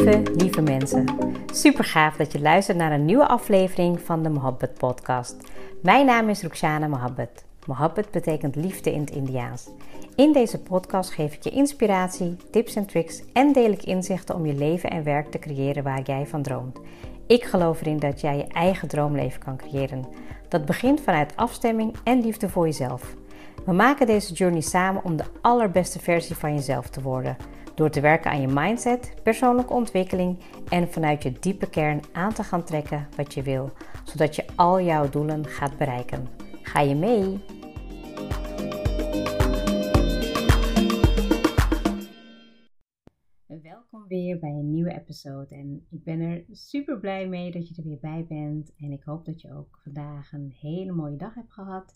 Lieve mensen. Super gaaf dat je luistert naar een nieuwe aflevering van de Mohabbat podcast. Mijn naam is Rukhsana Mohabbat. Mohabbat betekent liefde in het Indiaans. In deze podcast geef ik je inspiratie, tips en tricks en deel ik inzichten om je leven en werk te creëren waar jij van droomt. Ik geloof erin dat jij je eigen droomleven kan creëren. Dat begint vanuit afstemming en liefde voor jezelf. We maken deze journey samen om de allerbeste versie van jezelf te worden. Door te werken aan je mindset, persoonlijke ontwikkeling en vanuit je diepe kern aan te gaan trekken wat je wil. Zodat je al jouw doelen gaat bereiken. Ga je mee? Welkom weer bij een nieuwe episode en ik ben er super blij mee dat je er weer bij bent. En ik hoop dat je ook vandaag een hele mooie dag hebt gehad.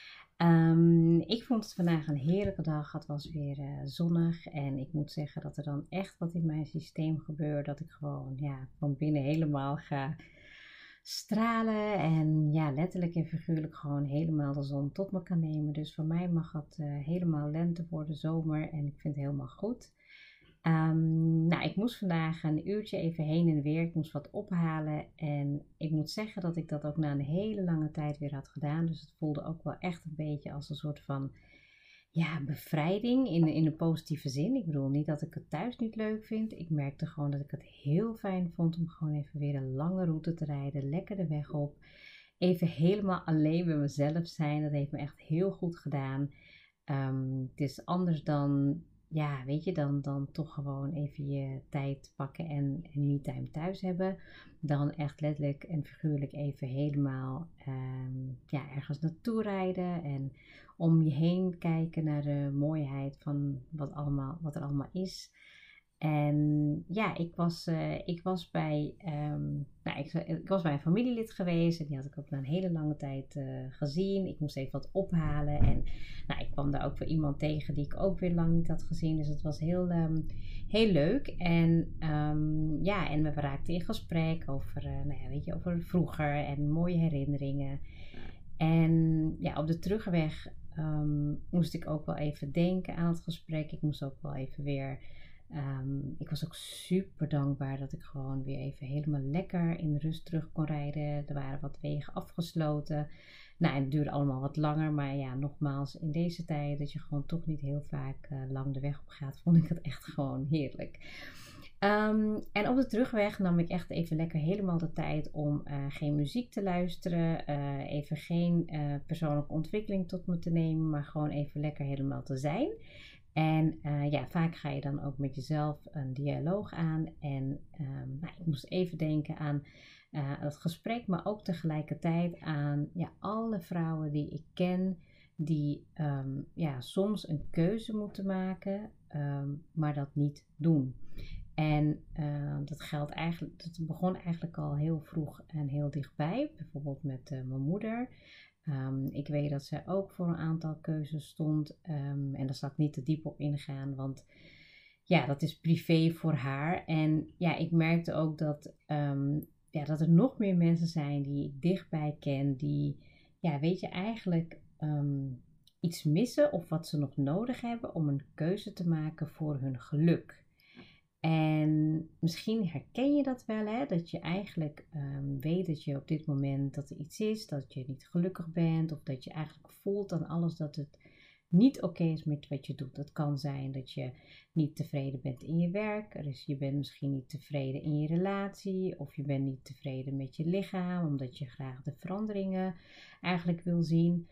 Ik vond het vandaag een heerlijke dag. Het was weer zonnig en ik moet zeggen dat er dan echt wat in mijn systeem gebeurt. Dat ik gewoon van binnen helemaal ga stralen en letterlijk en figuurlijk gewoon helemaal de zon tot me kan nemen. Dus voor mij mag het helemaal lente worden, zomer en ik vind het helemaal goed. Ik moest vandaag een uurtje even heen en weer. Ik moest wat ophalen. En ik moet zeggen dat ik dat ook na een hele lange tijd weer had gedaan. Dus het voelde ook wel echt een beetje als een soort van bevrijding in een positieve zin. Ik bedoel niet dat ik het thuis niet leuk vind. Ik merkte gewoon dat ik het heel fijn vond om gewoon even weer een lange route te rijden. Lekker de weg op. Even helemaal alleen bij mezelf zijn. Dat heeft me echt heel goed gedaan. Het is anders dan... dan toch gewoon even je tijd pakken en me-time thuis hebben. Dan echt letterlijk en figuurlijk even helemaal ergens naartoe rijden. En om je heen kijken naar de mooiheid van wat er allemaal is. En ik was bij een familielid geweest en die had ik ook na een hele lange tijd gezien. Ik moest even wat ophalen en ik kwam daar ook weer iemand tegen die ik ook weer lang niet had gezien. Dus het was heel leuk. En en we raakten in gesprek over vroeger en mooie herinneringen. En op de terugweg moest ik ook wel even denken aan het gesprek. Ik moest ook wel even weer... ik was ook super dankbaar dat ik gewoon weer even helemaal lekker in rust terug kon rijden. Er waren wat wegen afgesloten. En het duurde allemaal wat langer. Maar nogmaals, in deze tijd dat je gewoon toch niet heel vaak lang de weg op gaat, vond ik het echt gewoon heerlijk. En op de terugweg nam ik echt even lekker helemaal de tijd om geen muziek te luisteren. Even geen persoonlijke ontwikkeling tot me te nemen, maar gewoon even lekker helemaal te zijn. En vaak ga je dan ook met jezelf een dialoog aan. En ik moest even denken aan het gesprek, maar ook tegelijkertijd aan alle vrouwen die ik ken, die soms een keuze moeten maken, maar dat niet doen. En dat begon eigenlijk al heel vroeg en heel dichtbij, bijvoorbeeld met mijn moeder. Ik weet dat zij ook voor een aantal keuzes stond. En daar zal ik niet te diep op ingaan. Want dat is privé voor haar. En ik merkte ook dat er nog meer mensen zijn die ik dichtbij ken. Die eigenlijk iets missen of wat ze nog nodig hebben om een keuze te maken voor hun geluk. En misschien herken je dat wel, hè? Dat je eigenlijk weet dat je op dit moment dat er iets is, dat je niet gelukkig bent of dat je eigenlijk voelt aan alles dat het niet oké is met wat je doet. Dat kan zijn dat je niet tevreden bent in je werk, dus je bent misschien niet tevreden in je relatie of je bent niet tevreden met je lichaam omdat je graag de veranderingen eigenlijk wil zien.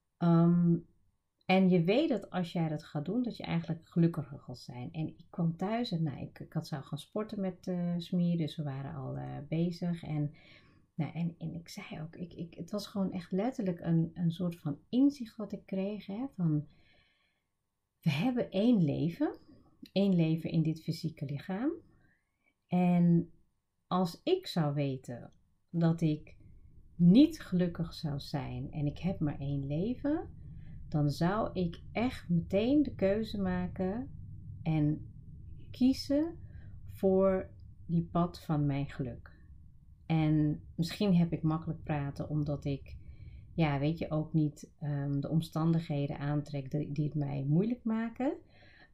En je weet dat als jij dat gaat doen, dat je eigenlijk gelukkiger gaat zijn. En ik kwam thuis en ik zou gaan sporten met Smier, dus we waren al bezig. En ik zei ook, het was gewoon echt letterlijk een soort van inzicht wat ik kreeg. Hè, van, we hebben één leven in dit fysieke lichaam. En als ik zou weten dat ik niet gelukkig zou zijn en ik heb maar één leven, dan zou ik echt meteen de keuze maken en kiezen voor die pad van mijn geluk. En misschien heb ik makkelijk praten omdat ik, ook niet de omstandigheden aantrek die het mij moeilijk maken.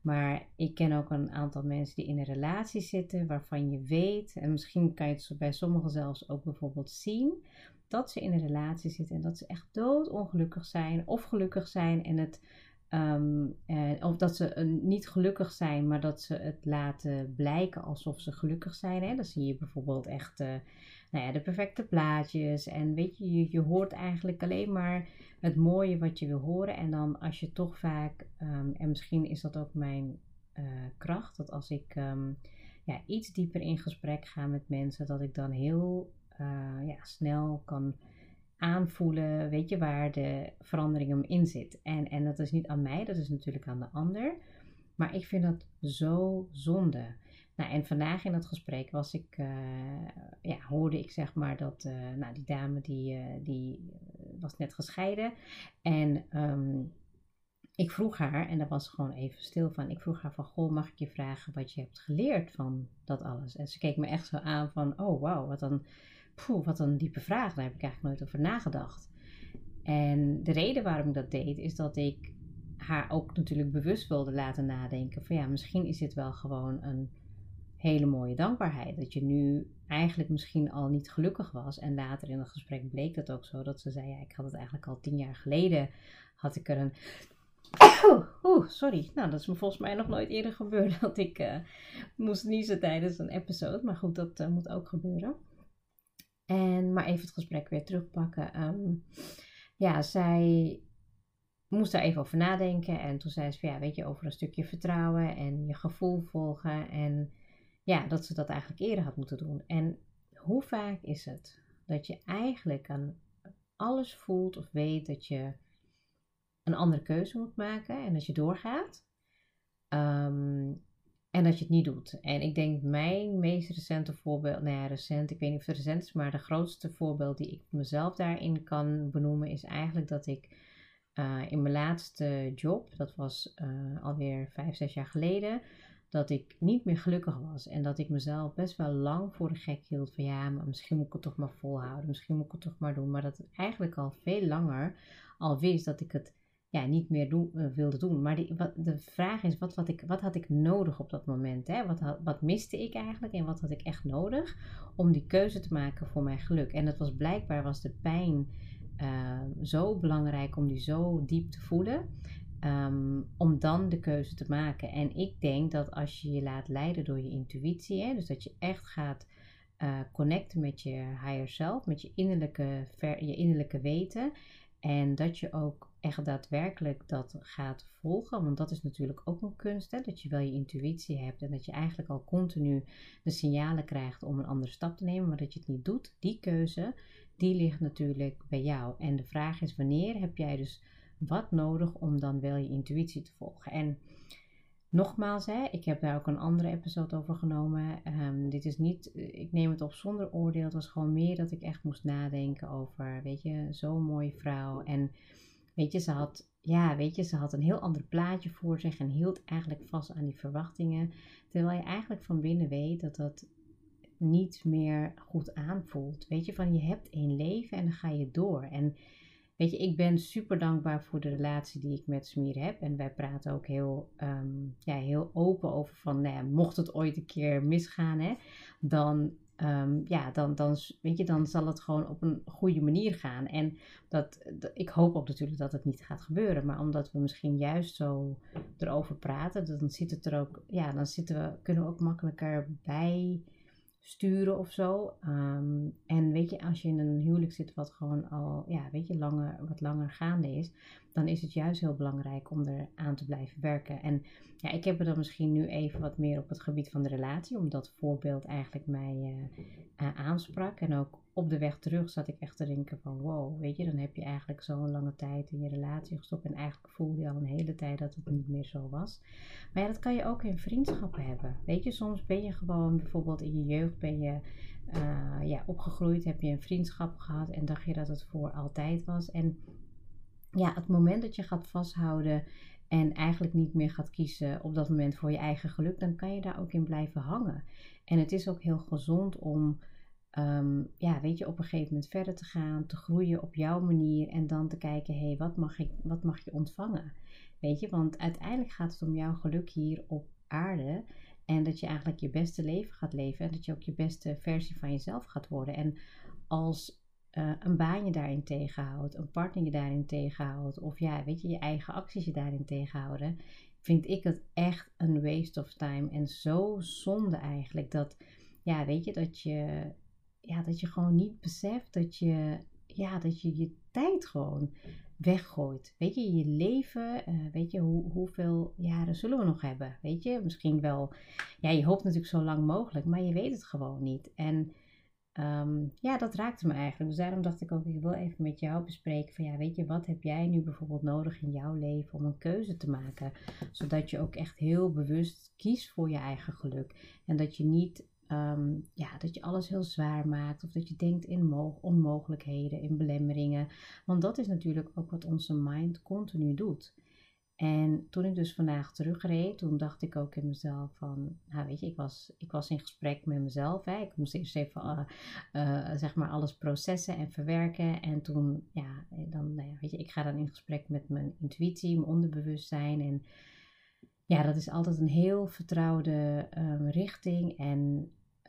Maar ik ken ook een aantal mensen die in een relatie zitten waarvan je weet, en misschien kan je het bij sommigen zelfs ook bijvoorbeeld zien, dat ze in een relatie zitten en dat ze echt doodongelukkig zijn of gelukkig zijn en het of dat ze niet gelukkig zijn, maar dat ze het laten blijken alsof ze gelukkig zijn. Hè? Dan zie je bijvoorbeeld echt de perfecte plaatjes. En weet je, je hoort eigenlijk alleen maar het mooie wat je wil horen. En dan als je toch vaak, en misschien is dat ook mijn kracht, dat als ik iets dieper in gesprek ga met mensen, dat ik dan heel snel kan aanvoelen, weet je, waar de verandering hem in zit. En dat is niet aan mij, dat is natuurlijk aan de ander. Maar ik vind dat zo zonde. Nou, en vandaag in dat gesprek hoorde ik zeg maar dat die dame die was net gescheiden. En ik vroeg haar, en daar was ze gewoon even stil van. Ik vroeg haar van, goh, mag ik je vragen wat je hebt geleerd van dat alles? En ze keek me echt zo aan van, oh wauw, wat een diepe vraag. Daar heb ik eigenlijk nooit over nagedacht. En de reden waarom ik dat deed, is dat ik haar ook natuurlijk bewust wilde laten nadenken. Van ja, misschien is dit wel gewoon een hele mooie dankbaarheid. Dat je nu eigenlijk misschien al niet gelukkig was. En later in het gesprek bleek dat ook zo. Dat ze zei, ja, ik had het eigenlijk al 10 jaar geleden. Had ik er een... sorry. Nou, dat is me volgens mij nog nooit eerder gebeurd. Dat ik moest niezen tijdens een episode. Maar goed, dat moet ook gebeuren. Maar even het gesprek weer terugpakken. Zij moest daar even over nadenken. En toen zei ze van, ja, weet je, over een stukje vertrouwen en je gevoel volgen. En ja, dat ze dat eigenlijk eerder had moeten doen. En hoe vaak is het dat je eigenlijk aan alles voelt of weet dat je een andere keuze moet maken en dat je doorgaat. En dat je het niet doet. En ik denk mijn meest recente voorbeeld, recent, ik weet niet of het recent is, maar de grootste voorbeeld die ik mezelf daarin kan benoemen is eigenlijk dat ik in mijn laatste job, dat was alweer 5-6 jaar geleden, dat ik niet meer gelukkig was. En dat ik mezelf best wel lang voor de gek hield van ja, maar misschien moet ik het toch maar volhouden, misschien moet ik het toch maar doen. Maar dat ik eigenlijk al veel langer al wist dat ik het niet meer wilde doen. Maar de vraag is, wat had ik nodig op dat moment? Hè? Wat miste ik eigenlijk en wat had ik echt nodig om die keuze te maken voor mijn geluk? En dat was blijkbaar de pijn zo belangrijk om die zo diep te voelen. Om dan de keuze te maken. En ik denk dat als je je laat leiden door je intuïtie, hè, dus dat je echt gaat connecten met je higher self, met je innerlijke weten. En dat je ook echt daadwerkelijk dat gaat volgen. Want dat is natuurlijk ook een kunst. Hè? Dat je wel je intuïtie hebt. En dat je eigenlijk al continu de signalen krijgt om een andere stap te nemen. Maar dat je het niet doet. Die keuze, die ligt natuurlijk bij jou. En de vraag is, wanneer heb jij dus wat nodig om dan wel je intuïtie te volgen? En nogmaals, ik heb daar ook een andere episode over genomen. Dit is niet, ik neem het op zonder oordeel. Het was gewoon meer dat ik echt moest nadenken over, weet je, zo'n mooie vrouw. En weet je, ze had een heel ander plaatje voor zich en hield eigenlijk vast aan die verwachtingen. Terwijl je eigenlijk van binnen weet dat dat niet meer goed aanvoelt. Weet je, van je hebt één leven en dan ga je door. En weet je, ik ben super dankbaar voor de relatie die ik met Smir heb. En wij praten ook heel open over van, mocht het ooit een keer misgaan, hè, dan weet je, dan zal het gewoon op een goede manier gaan. En ik hoop ook natuurlijk dat het niet gaat gebeuren. Maar omdat we misschien juist zo erover praten, dan zit het er ook, kunnen we ook makkelijker bij sturen of zo. En weet je, als je in een huwelijk zit wat gewoon al, wat langer gaande is, dan is het juist heel belangrijk om er aan te blijven werken. En ja, ik heb er dan misschien nu even wat meer op het gebied van de relatie, omdat het voorbeeld eigenlijk mij aansprak. En ook op de weg terug zat ik echt te denken van wow, weet je, dan heb je eigenlijk zo'n lange tijd in je relatie gestopt en eigenlijk voelde je al een hele tijd dat het niet meer zo was. Maar ja, dat kan je ook in vriendschappen hebben. Weet je, soms ben je gewoon bijvoorbeeld in je jeugd ben je opgegroeid, heb je een vriendschap gehad en dacht je dat het voor altijd was. En ja, het moment dat je gaat vasthouden en eigenlijk niet meer gaat kiezen op dat moment voor je eigen geluk, dan kan je daar ook in blijven hangen. En het is ook heel gezond om ja, weet je, op een gegeven moment verder te gaan, te groeien op jouw manier en dan te kijken, hé, wat mag je ontvangen? Weet je, want uiteindelijk gaat het om jouw geluk hier op aarde en dat je eigenlijk je beste leven gaat leven en dat je ook je beste versie van jezelf gaat worden. En als een baan je daarin tegenhoudt, een partner je daarin tegenhoudt, of ja, weet je, je eigen acties je daarin tegenhouden, vind ik het echt een waste of time en zo zonde eigenlijk dat, ja, weet je, dat je gewoon niet beseft dat je je tijd gewoon weggooit. Weet je, je leven, weet je, hoeveel jaren zullen we nog hebben? Weet je, misschien wel, ja, je hoopt natuurlijk zo lang mogelijk, maar je weet het gewoon niet. En ja, dat raakte me eigenlijk. Dus daarom dacht ik ook, ik wil even met jou bespreken van ja, weet je, wat heb jij nu bijvoorbeeld nodig in jouw leven om een keuze te maken? Zodat je ook echt heel bewust kiest voor je eigen geluk. En dat je niet, ja, dat je alles heel zwaar maakt of dat je denkt in onmogelijkheden, in belemmeringen. Want dat is natuurlijk ook wat onze mind continu doet. En toen ik dus vandaag terugreed, toen dacht ik ook in mezelf van, nou weet je, ik was in gesprek met mezelf. Hè. Ik moest eerst even, zeg maar, alles processen en verwerken. En toen, ja, dan, nou ja, weet je, ik ga dan in gesprek met mijn intuïtie, mijn onderbewustzijn. En ja, dat is altijd een heel vertrouwde richting. En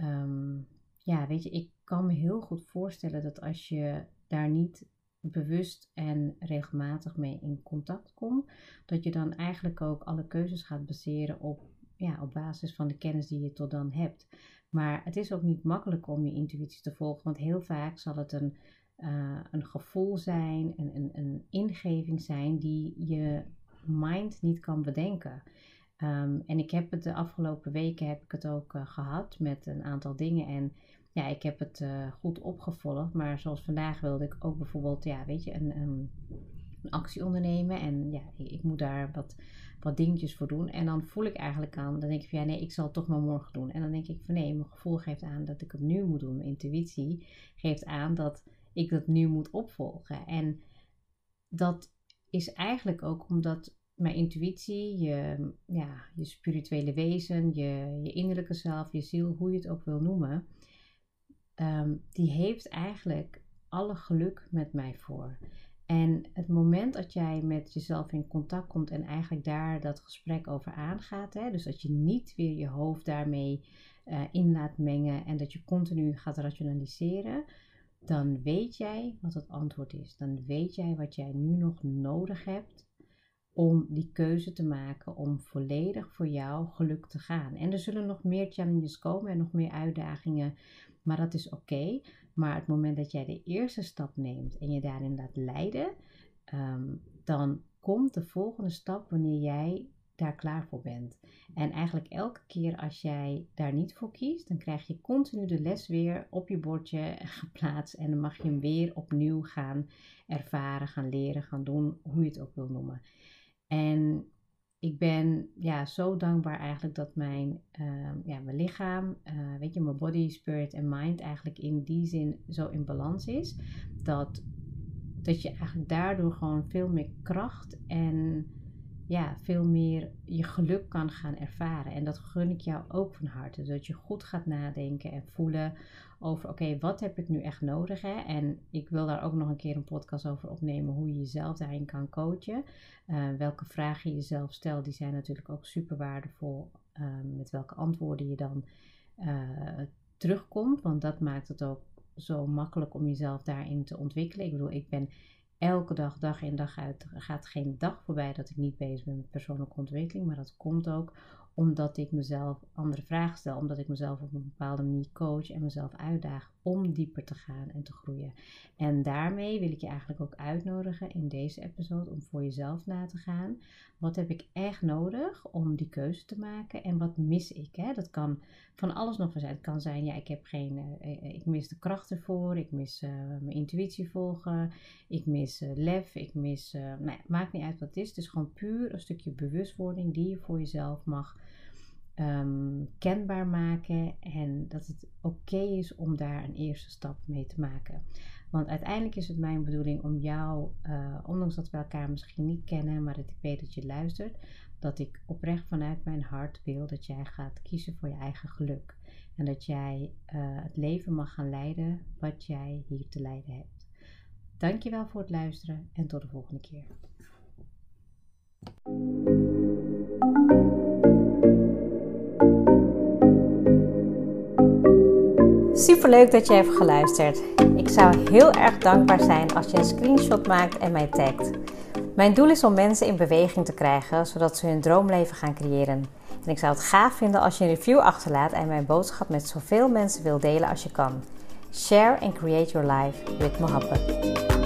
ja, weet je, ik kan me heel goed voorstellen dat als je daar niet bewust en regelmatig mee in contact komt, dat je dan eigenlijk ook alle keuzes gaat baseren op, ja, op basis van de kennis die je tot dan hebt. Maar het is ook niet makkelijk om je intuïtie te volgen, want heel vaak zal het een gevoel zijn, een ingeving zijn die je mind niet kan bedenken. En ik heb het de afgelopen weken heb ik het ook gehad met een aantal dingen en ja, ik heb het goed opgevolgd, maar zoals vandaag wilde ik ook bijvoorbeeld, ja, weet je, een actie ondernemen en ja, ik moet daar wat dingetjes voor doen en dan voel ik eigenlijk aan, dan denk ik van ja, nee, ik zal het toch maar morgen doen en dan denk ik van nee, mijn gevoel geeft aan dat ik het nu moet doen, mijn intuïtie geeft aan dat ik dat nu moet opvolgen en dat is eigenlijk ook omdat mijn intuïtie, je spirituele wezen, je innerlijke zelf, je ziel, hoe je het ook wil noemen, die heeft eigenlijk alle geluk met mij voor. En het moment dat jij met jezelf in contact komt en eigenlijk daar dat gesprek over aangaat, hè, dus dat je niet weer je hoofd daarmee in laat mengen en dat je continu gaat rationaliseren, dan weet jij wat het antwoord is. Dan weet jij wat jij nu nog nodig hebt om die keuze te maken om volledig voor jouw geluk te gaan. En er zullen nog meer challenges komen en nog meer uitdagingen, maar dat is oké. Maar het moment dat jij de eerste stap neemt en je daarin laat leiden, dan komt de volgende stap wanneer jij daar klaar voor bent. En eigenlijk elke keer als jij daar niet voor kiest, dan krijg je continu de les weer op je bordje geplaatst en dan mag je hem weer opnieuw gaan ervaren, gaan leren, gaan doen, hoe je het ook wil noemen. En ik ben ja, zo dankbaar eigenlijk dat mijn lichaam, weet je, mijn body, spirit en mind eigenlijk in die zin zo in balans is. Dat je eigenlijk daardoor gewoon veel meer kracht en ja, veel meer je geluk kan gaan ervaren. En dat gun ik jou ook van harte. Dat je goed gaat nadenken en voelen over, oké, wat heb ik nu echt nodig? Hè? En ik wil daar ook nog een keer een podcast over opnemen, hoe je jezelf daarin kan coachen. Welke vragen je jezelf stelt, die zijn natuurlijk ook super waardevol. Met welke antwoorden je dan terugkomt. Want dat maakt het ook zo makkelijk om jezelf daarin te ontwikkelen. Ik bedoel, ik ben elke dag, dag in dag uit, gaat geen dag voorbij dat ik niet bezig ben met persoonlijke ontwikkeling. Maar dat komt ook omdat ik mezelf andere vragen stel. Omdat ik mezelf op een bepaalde manier coach en mezelf uitdaag om dieper te gaan en te groeien. En daarmee wil ik je eigenlijk ook uitnodigen in deze episode om voor jezelf na te gaan. Wat heb ik echt nodig om die keuze te maken en wat mis ik? Hè? Dat kan van alles nog zijn. Het kan zijn, ja, ik mis de kracht ervoor. Ik mis mijn intuïtie volgen. Ik mis lef. Ik mis, maakt niet uit wat het is. Het is gewoon puur een stukje bewustwording die je voor jezelf mag kenbaar maken. En dat het oké is om daar een eerste stap mee te maken. Want uiteindelijk is het mijn bedoeling om jou, ondanks dat we elkaar misschien niet kennen, maar dat ik weet dat je luistert, dat ik oprecht vanuit mijn hart wil dat jij gaat kiezen voor je eigen geluk. En dat jij het leven mag gaan leiden wat jij hier te leiden hebt. Dankjewel voor het luisteren en tot de volgende keer. Superleuk dat je hebt geluisterd. Ik zou heel erg dankbaar zijn als je een screenshot maakt en mij tagt. Mijn doel is om mensen in beweging te krijgen, zodat ze hun droomleven gaan creëren. En ik zou het gaaf vinden als je een review achterlaat en mijn boodschap met zoveel mensen wil delen als je kan. Share and create your life with Mohabbat.